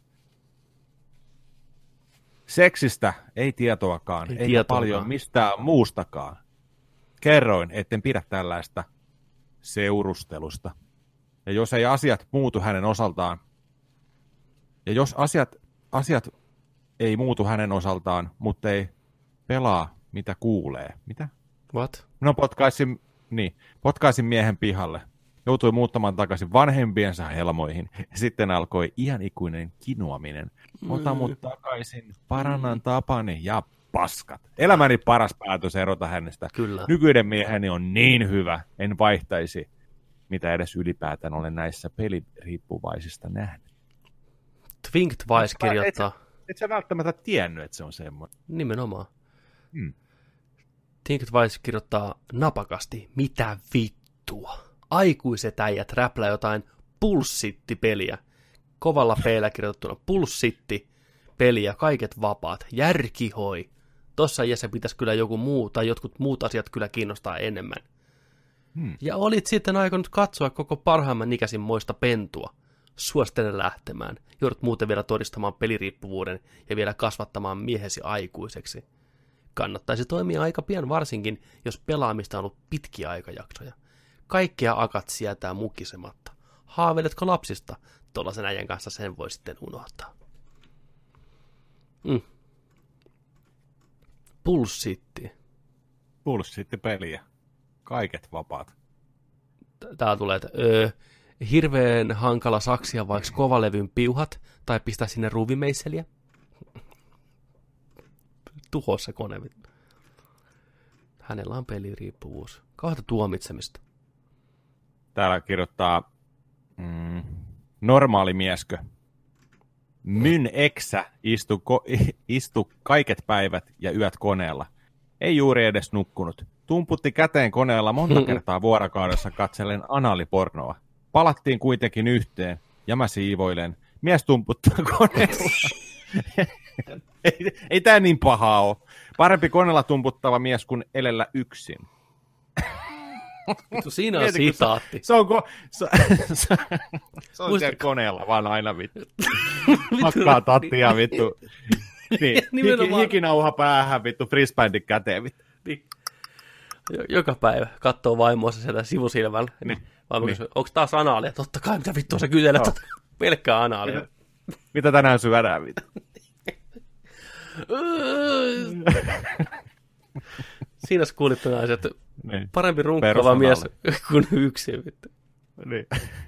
Seksistä ei tietoakaan, ei eikä paljon mistään muustakaan. Kerroin, etten pidä tällaista seurustelusta. Ja jos ei asiat muutu hänen osaltaan, ja jos asiat, asiat ei muutu hänen osaltaan, mutta ei pelaa, mitä kuulee. Mitä? What? No potkaisin, niin, potkaisin miehen pihalle. Joutui muuttamaan takaisin vanhempiensa helmoihin. Ja sitten alkoi iänikuinen kinoaminen. Ota mut takaisin, parannan tapani ja paskat. Elämäni paras päätös erota hänestä. Kyllä. Nykyinen mieheni on niin hyvä, en vaihtaisi, mitä edes ylipäätään olen näissä peliriippuvaisista nähnyt. Twink Twice kirjoittaa. Et, et, et sä välttämättä tiennyt, että se on semmoinen. Nimenomaan. Hmm. Twink Twice kirjoittaa napakasti, mitä vittua. Aikuiset äijät räplää jotain pulssitti-peliä. Kovalla peillä kirjoitettuna pulssitti-peliä, kaiket vapaat, järkihoi. Tossa iässä pitäisi kyllä joku muu tai jotkut muut asiat kyllä kiinnostaa enemmän. Hmm. Ja olit sitten aikonut katsoa koko parhaimman ikäisin moista pentua. Suosittelen lähtemään. Joudut muuten vielä todistamaan peliriippuvuuden ja vielä kasvattamaan miehesi aikuiseksi. Kannattaisi toimia aika pian varsinkin, jos pelaamista on ollut pitkiä aikajaksoja. Kaikkea akat sietää mukisematta. Haaveiletko lapsista? Tuollaisen äijän kanssa sen voi sitten unohtaa. Mm. Pulssitti. Pulssitti-peliä. Kaiket vapaat. Täällä tulee, että öö, hirveän hankala saksia vaikka kovalevyn piuhat tai pistää sinne ruuvimeisseliä. Tuhossa kone. Hänellä on peliriippuvuus. Kahta tuomitsemista. Täällä kirjoittaa mm, normaali mieskö. Myn eksä istu, ko, istu kaiket päivät ja yöt koneella. Ei juuri edes nukkunut. Tumputti käteen koneella monta kertaa vuorokaudessa katsellen analipornoa. Palattiin kuitenkin yhteen, ja mä siivoilen. Mies tumputtaa koneella. ei ei tämä niin pahaa ole. Parempi koneella tumputtava mies kuin elellä yksin. Vittu, siinä on Mieti, sitaatti. Se on, ko- se, se, se on siellä koneella vaan aina vittu. Hakkaa tattia vittu. Niin, hiki, hikinauha päähän vittu, frisbändin käteen vittu. Niin. Joka päivä katsoo vaimoansa sieltä sivusilmällä. Niin. Vaimo niin. Onko taas anaalia? Totta kai, mitä vittua sä kyselet? No. Pelkkää anaalia. Mitä, mitä tänään syödään vittu? Siinä kuulit naiset, että niin. Parempi runkkava mies kuin yksin vittu. Niin.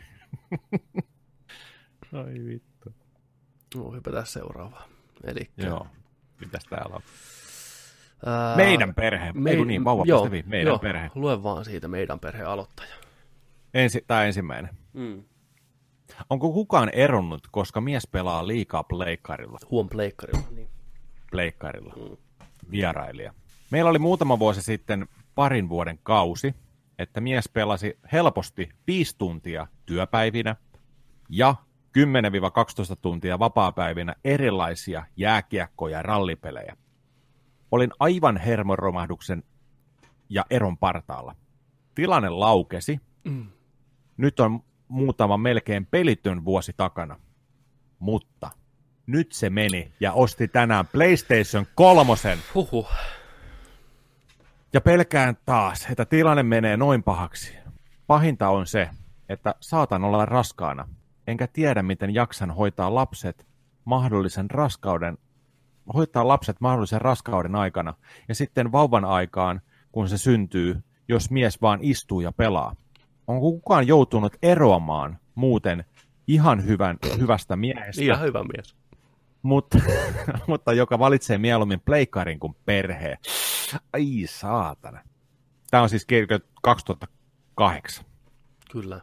Ai vittu. No, hypätään seuraavaan. Elikkä... Joo, mitäs täällä on? Ää... Meidän perhe, Me... ei kun niin, vauva joo, meidän joo. perhe. Lue vaan siitä meidän perheen aloittaja. Ensi, tämä ensimmäinen. Mm. Onko kukaan eronnut, koska mies pelaa liikaa pleikkarilla? Huom pleikkarilla, niin. Pleikkarilla. Mm. Vierailija. Meillä oli muutama vuosi sitten parin vuoden kausi, että mies pelasi helposti viisi tuntia työpäivinä ja kymmenen kaksitoista tuntia vapaapäivinä erilaisia jääkiekko- ja rallipelejä. Olin aivan hermoromahduksen ja eron partaalla. Tilanne laukesi. Mm. Nyt on muutama melkein pelitön vuosi takana. Mutta nyt se meni ja osti tänään PlayStation kolmosen. Huhhuh. Ja pelkään taas, että tilanne menee noin pahaksi. Pahinta on se, että saatan olla raskaana. Enkä tiedä, miten jaksan hoitaa lapset mahdollisen raskauden, hoitaa lapset mahdollisen raskauden aikana. Ja sitten vauvan aikaan, kun se syntyy, jos mies vaan istuu ja pelaa. Onko kukaan joutunut eroamaan muuten ihan hyvän, hyvästä miehestä? Ihan hyvä mies. Mutta, mutta joka valitsee mieluummin pleikkarin kuin perheen. Ai saatana. Tämä on siis kaksituhattakahdeksan. Kyllä.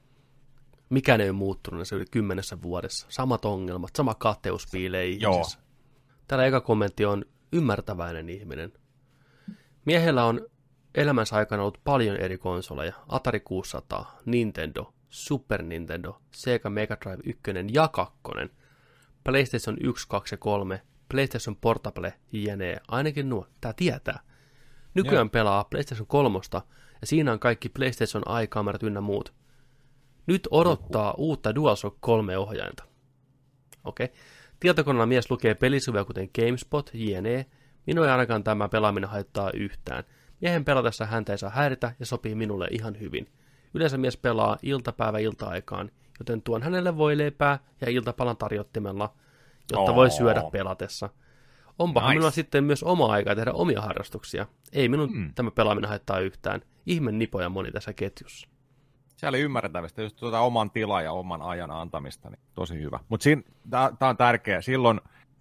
Mikään ei ole muuttunut se yli kymmenessä vuodessa. Samat ongelmat, sama kateus piilee ihmisessä. Täällä eka kommentti on ymmärtäväinen ihminen. Miehellä on elämänsä aikana ollut paljon eri konsoleja. Atari kuusisataa, Nintendo, Super Nintendo, Sega Mega Drive yksi ja kaksi, PlayStation yksi, kaksi ja kolme, PlayStation Portable, jne. Ainakin nuo, tää tietää. Nykyään yeah. pelaa PlayStation kolme, ja siinä on kaikki PlayStation Eye-kamerat ynnä muut. Nyt odottaa Uhu. uutta DualShock kolme ohjainta. Okei. Okay. Tietokoneella mies lukee pelisuja kuten GameSpot, jne. Minua ei ainakaan tämä pelaaminen haittaa yhtään. Miehen pelatessa häntä ei saa häiritä ja sopii minulle ihan hyvin. Yleensä mies pelaa iltapäivä ilta-aikaan, joten tuon hänelle voi leipää ja iltapalan tarjottimella, jotta oh. voi syödä pelatessa. Onpa nice. Minulla sitten myös oma aika tehdä omia harrastuksia. Ei minun mm. tämä pelaaminen haittaa yhtään. Ihme nipoja moni tässä ketjussa. Se oli ymmärrettävistä, just tuota oman tilan ja oman ajan antamista, niin tosi hyvä. Mutta tämä on tärkeää. Silloin,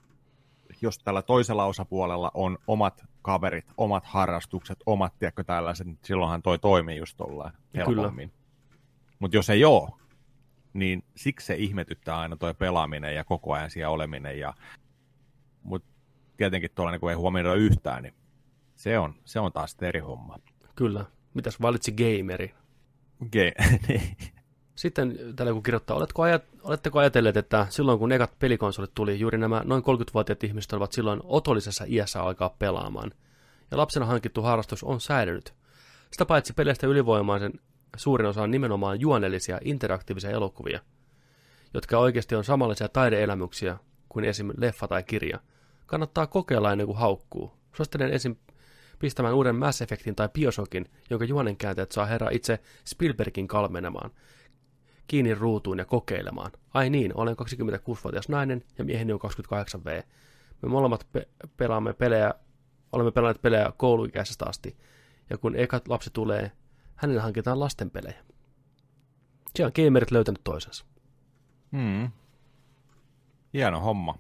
jos tällä toisella osapuolella on omat kaverit, omat harrastukset, omat, tiedätkö, tällaiset, niin silloinhan toi toimii just tollaan helpommin. Mutta jos ei ole, niin siksi se ihmetyttää aina toi pelaaminen ja koko ajan siellä oleminen. Ja... Mutta tietenkin tuollainen, kun ei huomioida yhtään, niin se on, se on taas eri homma. Kyllä. Mitäs valitsi gameri? Ge- Sitten täällä kun kirjoittaa, oletko ajat, oletteko ajatelleet, että silloin kun ekat pelikonsolit tuli, juuri nämä noin kolmekymmentävuotiaat ihmiset olivat silloin otollisessa iässä alkaa pelaamaan. Ja lapsena hankittu harrastus on säilynyt. Sitä paitsi peleistä ylivoimaisen suurin osa on nimenomaan juonellisia, interaktiivisia elokuvia, jotka oikeasti on samanlaisia taideelämyksiä kuin esim. Leffa tai kirja. Kannattaa kokeilla ennen kuin haukkuu. Suosittelen esim. Pistämään uuden Mass Effectin tai Bioshockin, jonka juonenkääntäjät saa herra itse Spielbergin kalmenemaan, kiinni ruutuun ja kokeilemaan. Ai niin, olen kaksikymmentäkuusivuotias nainen ja mieheni on kaksikymmentäkahdeksan vuotias. Me molemmat pe- pelaamme pelejä, olemme pelanneet pelejä kouluikäisestä asti, ja kun ekat lapsi tulee, hänelle hankitaan lastenpelejä. Siellä on gamerit löytänyt toisensa. Hmm. Hieno homma.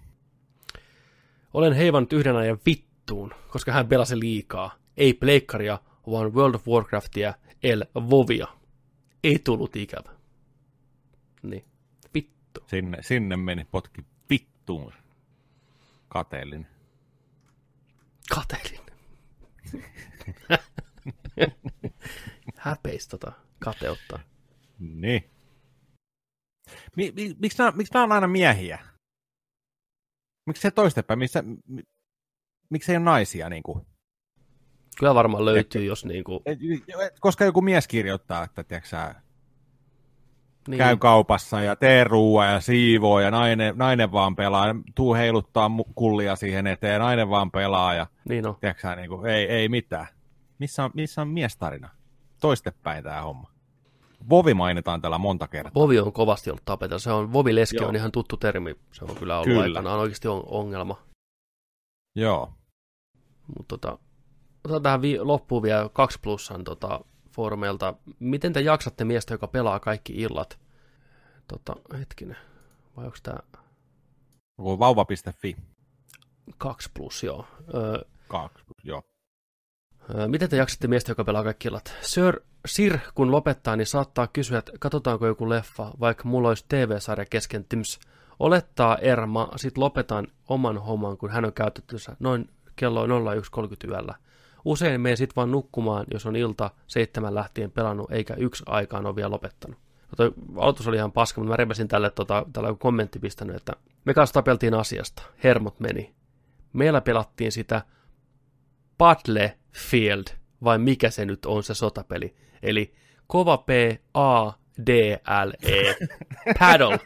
Olen heivannut yhden ajan vittuun, koska hän pelasi liikaa. Ei pleikkaria, vaan World of Warcraftia, el Vovia. Ei tullut ikävä. Niin, vittu. Sinne, sinne meni potki vittuun. Kateellinen. Kateellinen. Häpeistä tota kateutta. Niin. Mi- mi- miksi nämä, miksi nämä on aina miehiä? Miksi se toistepäin? Miksi, mi- miksi ei ole naisia? Niin kuin? Kyllä varmaan löytyy, et, jos niinku... Et, et, koska joku mies kirjoittaa, että tiiäksä, niin. käy kaupassa ja tee ruoaa ja siivoo ja nainen, nainen vaan pelaa. Tuu heiluttaa kullia siihen eteen, nainen vaan pelaa ja niin on. Tiiäksä, niin kuin, ei, ei mitään. Missä on, missä on miestarina? Toistepäin tämä homma. Vovi mainitaan täällä monta kertaa. Vovi on kovasti ollut tapetilla. Se on, vovileski on ihan tuttu termi. Se on kyllä ollut kyllä. aikanaan oikeasti on ongelma. Joo. Mutta tota, otetaan tähän vi- loppuun vielä kaksi plussan tota, foorumeilta. Miten te jaksatte miestä, joka pelaa kaikki illat? Tota, hetkinen. Vai onko tämä... vauva piste fi. Kaksi plus, joo. Öö, Kaksi plus, joo. Öö, miten te jaksatte miestä, joka pelaa kaikki illat? Sir, Sir, kun lopettaa, niin saattaa kysyä, että katsotaanko joku leffa, vaikka mulla olisi T V-sarja kesken Tims. Olettaa Erma, sit lopetan oman homman, kun hän on käytetyssä noin kello nolla yksi kolmekymmentä yöllä. Usein menen sit vaan nukkumaan, jos on ilta seitsemän lähtien pelannut, eikä yksi aikaan ole vielä lopettanut. No aloitus oli ihan paska, mutta mä repäsin tälle tota, tällä kommentti pistänyt, että me kanssa tapeltiin asiasta. Hermot meni. Meillä pelattiin sitä Battlefield, vai mikä se nyt on se sotapeli. Eli kova P A D L E. Paddle.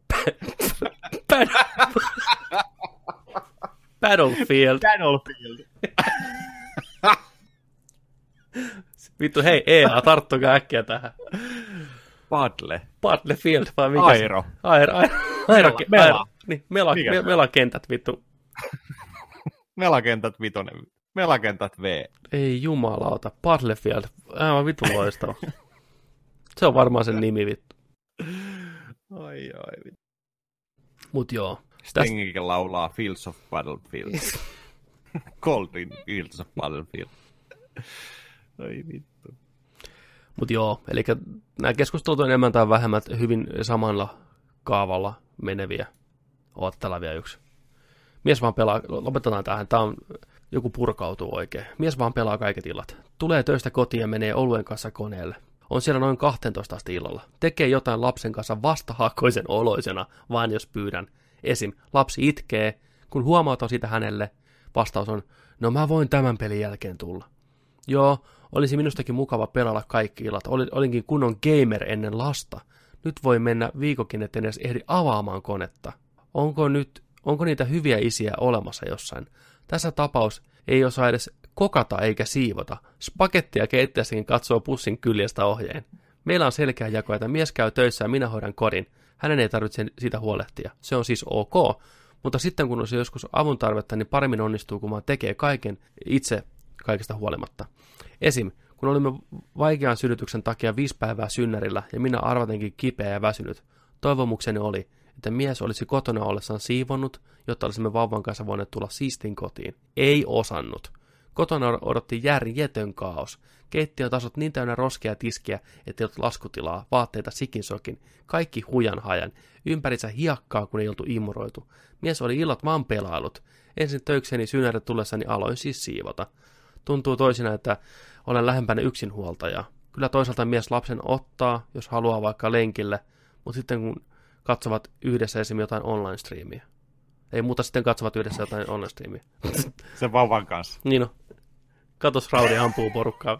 Battlefield. Battlefield. Vittu, hei, E A, tarttukaa äkkiä tähän. Paddle. Battlefield, vai mikä Airo. se? Airo. Airo. Airo. Mela. Airo. Niin, mela, me, melakentät, vittu. Melakentät vitonen. Melakentät V. Ei jumalauta, Battlefield. Aivan vittu loistava. Se on varmaan sen nimi, vittu. Ai ai vittu. Mut joo. Stingikin laulaa Fields of Battlefield. Coldin Fields of Battlefield. Ai vittu. Mut joo, eli nämä keskustelut on enemmän tai vähemmän hyvin samalla kaavalla meneviä. Oot täällä vielä yksi. Mies vaan pelaa, lopetetaan tähän, tää on, joku purkautuu oikein. Mies vaan pelaa kaiket illat. Tulee töistä kotiin ja menee oluen kanssa koneelle. On siellä noin kaksitoista asti illalla. Tekee jotain lapsen kanssa vastahakoisen oloisena, vaan jos pyydän. Esim. Lapsi itkee, kun huomautan sitä hänelle. Vastaus on, no mä voin tämän pelin jälkeen tulla. Joo, olisi minustakin mukava pelata kaikki illat. Olinkin kunnon gamer ennen lasta. Nyt voi mennä viikokin, etten edes ehdi avaamaan konetta. Onko nyt, onko niitä hyviä isiä olemassa jossain? Tässä tapaus ei osaa edes kokata eikä siivota. Spagettia keittäessäkin katsoo pussin kyljestä ohjeen. Meillä on selkeä jako, että mies käy töissä ja minä hoidan kodin. Hänen ei tarvitse siitä huolehtia. Se on siis ok. Mutta sitten kun on joskus avun tarvetta, niin paremmin onnistuu, kun vaan tekee kaiken itse kaikesta huolimatta. Esim. Kun olimme vaikean synnytyksen takia viisi päivää synnärillä ja minä arvatenkin kipeä ja väsynyt, toivomukseni oli, että mies olisi kotona ollessaan siivonnut, jotta olisimme vauvan kanssa voineet tulla siistiin kotiin. Ei osannut. Kotona odotti järjetön kaos. Keittiötasot niin täynnä roskia ja tiskiä, ettei ollut laskutilaa, vaatteita sikinsokin, kaikki hujan hajan, ympärinsä hiakkaa, kun ei oltu imuroitu. Mies oli illat vaan pelailut. Ensin töikseni synnärit tullessani aloin siis siivota. Tuntuu toisinaan, että olen lähempänä yksinhuoltajaa. Kyllä toisaalta mies lapsen ottaa, jos haluaa vaikka lenkille, mutta sitten kun katsovat yhdessä esimerkiksi jotain online-striimiä. Ei muuta, sitten katsovat yhdessä jotain online-striimiä. Sen vauvan kanssa. Niin on. Katos, Raudi ampuu porukkaa.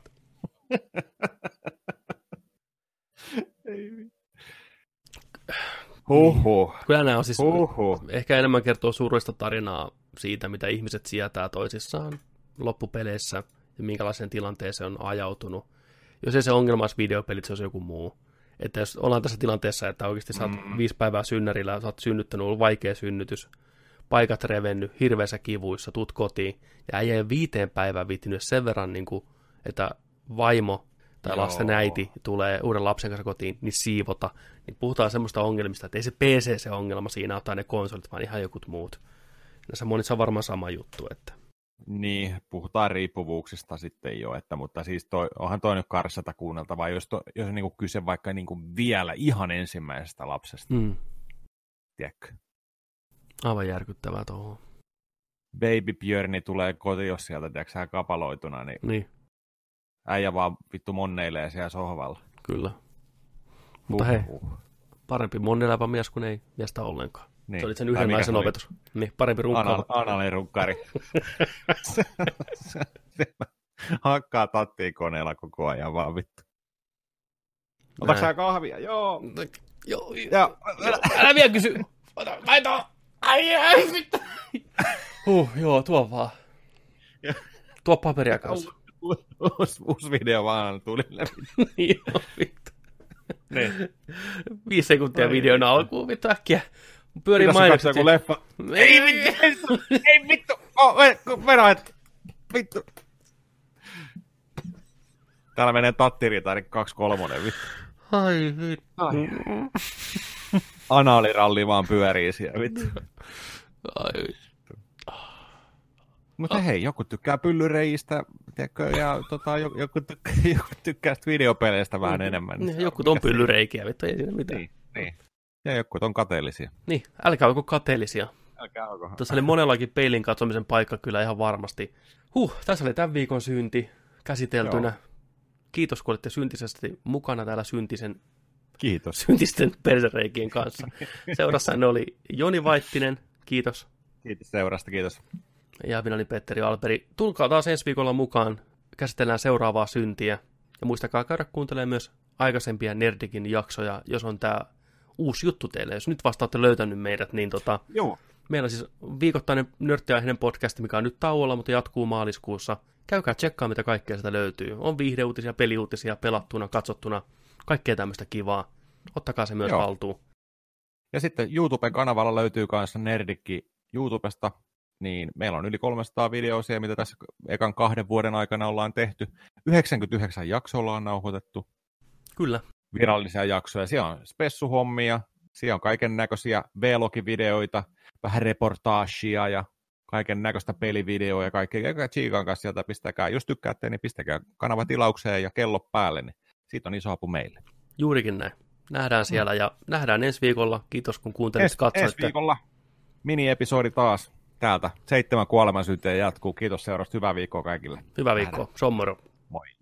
Huhhuh. Kyllä nämä on siis Huhhuh. ehkä enemmän kertoo surullista tarinaa siitä, mitä ihmiset sietää toisissaan loppupeleissä ja minkälaiseen tilanteeseen on ajautunut. Jos ei se ongelma olisi videopelit, se olisi joku muu. Että jos ollaan tässä tilanteessa, että oikeasti sä oot mm. viisi päivää synnärillä, sä oot synnyttänyt, ollut vaikea synnytys, paikat revennyt, hirveässä kivuissa, tuut kotiin, ja ei ole viiteen päivään viittinyt sen verran, niin kuin, että vaimo tai Joo. lasten äiti tulee uuden lapsen kanssa kotiin, niin siivota. Niin puhutaan semmoista ongelmista, että ei se P C se ongelma siinä ole, tai ne konsolit, vaan ihan jokut muut. Näissä monissa on varmaan sama juttu. Että. Niin, puhutaan riippuvuuksista sitten jo, että, mutta siis toi, onhan toi nyt karsata kuunneltavaa, jos, to, jos on niinku kyse vaikka niinku vielä ihan ensimmäisestä lapsesta. Mm. Tiedätkö? Aivan järkyttävää tuohon. Baby Björni tulee kotiin sieltä, tiedätkö kapaloituna, niin, niin äijä vaan vittu monneilee siellä sohvalla. kyllä. Mutta hei, parempi monneläpä mies kuin ei miestä ollenkaan. Niin. Se oli sen yhden naisen opetus. Niin, parempi runkkaava. Anali-runkkari. se, se, se hakkaa tattiin koneella koko ajan vaan vittu. Otatko sä kahvia? Joo. Joo. Joo. Älä vielä kysy. Ota, laita. Ai, ai, vittu. Huh, joo, tuo vaan. Tuo paperia kanssa. Uusi, uusi video vaan tulille. Joo, vittu. Niin. Viisi sekuntia videon alkuun, vittu äkkiä. Pyörii mainokset. Joku leffa. Ei vittu, ei vittu. Oh, meno, et. Vittu. Täällä menee tattiritaari kaksi kolmonen, vittu. Ai vittu. Anaaliralli vaan pyörii siellä, vittu. Ai vittu. Mutta hei, joku tykkää pyllyreistä, tiedätkö, ja tota, joku, tykkää, joku tykkää videopeleistä vähän enemmän. Niin, joku on pyllyreikiä, vittu, ei siinä mitään. Niin, niin. Ja joku on kateellisia. Niin, älkää olko kateellisia. Älkää olko. Tässä oli monellakin peilin katsomisen paikka kyllä ihan varmasti. Huh, tässä oli tämän viikon synti käsiteltynä. Joo. Kiitos, kun olette syntisesti mukana täällä syntisen, Kiitos. syntisten persereikien kanssa. Seurassanne oli Joni Vaittinen, kiitos. Kiitos seurasta, kiitos. Ja minä olin Petteri Alperi. Tulkaa taas ensi viikolla mukaan, käsitellään seuraavaa syntiä. Ja muistakaa käydä kuuntelemaan myös aikaisempia Nerdikin jaksoja, jos on tämä uusi juttu teille. Jos nyt vasta olette löytänyt meidät, niin tota, Joo. meillä on siis viikoittainen nörttiaiheinen podcast, mikä on nyt tauolla, mutta jatkuu maaliskuussa. Käykää tsekkaa, mitä kaikkea sitä löytyy. On viihdeuutisia, peliuutisia, pelattuna, katsottuna, kaikkea tämmöistä kivaa. Ottakaa se myös Joo. haltuun. Ja sitten YouTube-kanavalla löytyy kanssa Nerdikki YouTubesta. Niin meillä on yli kolmesataa videoa siellä, mitä tässä ekan kahden vuoden aikana ollaan tehty. yhdeksänkymmentäyhdeksän jaksoa on nauhoitettu. Kyllä. Virallisia jaksoja. Siellä on spessuhommia, siellä on kaiken näköisiä vlogivideoita, vähän reportaashia ja kaiken näköistä pelivideoa ja kaikkea. Käykää Chiikan kanssa sieltä, pistäkää. Jos tykkäätte, niin pistäkää kanava tilaukseen ja kello päälle, niin siitä on iso apu meille. Juurikin näin. Nähdään siellä ja nähdään ensi viikolla. Kiitos kun kuuntelit, katsoitte. Ensi viikolla mini-episodi taas. Täältä seitsemän kuolemansyntiä jatkuu. Kiitos seurasta. Hyvää viikkoa kaikille. Hyvää viikkoa. Sommoro. Moi.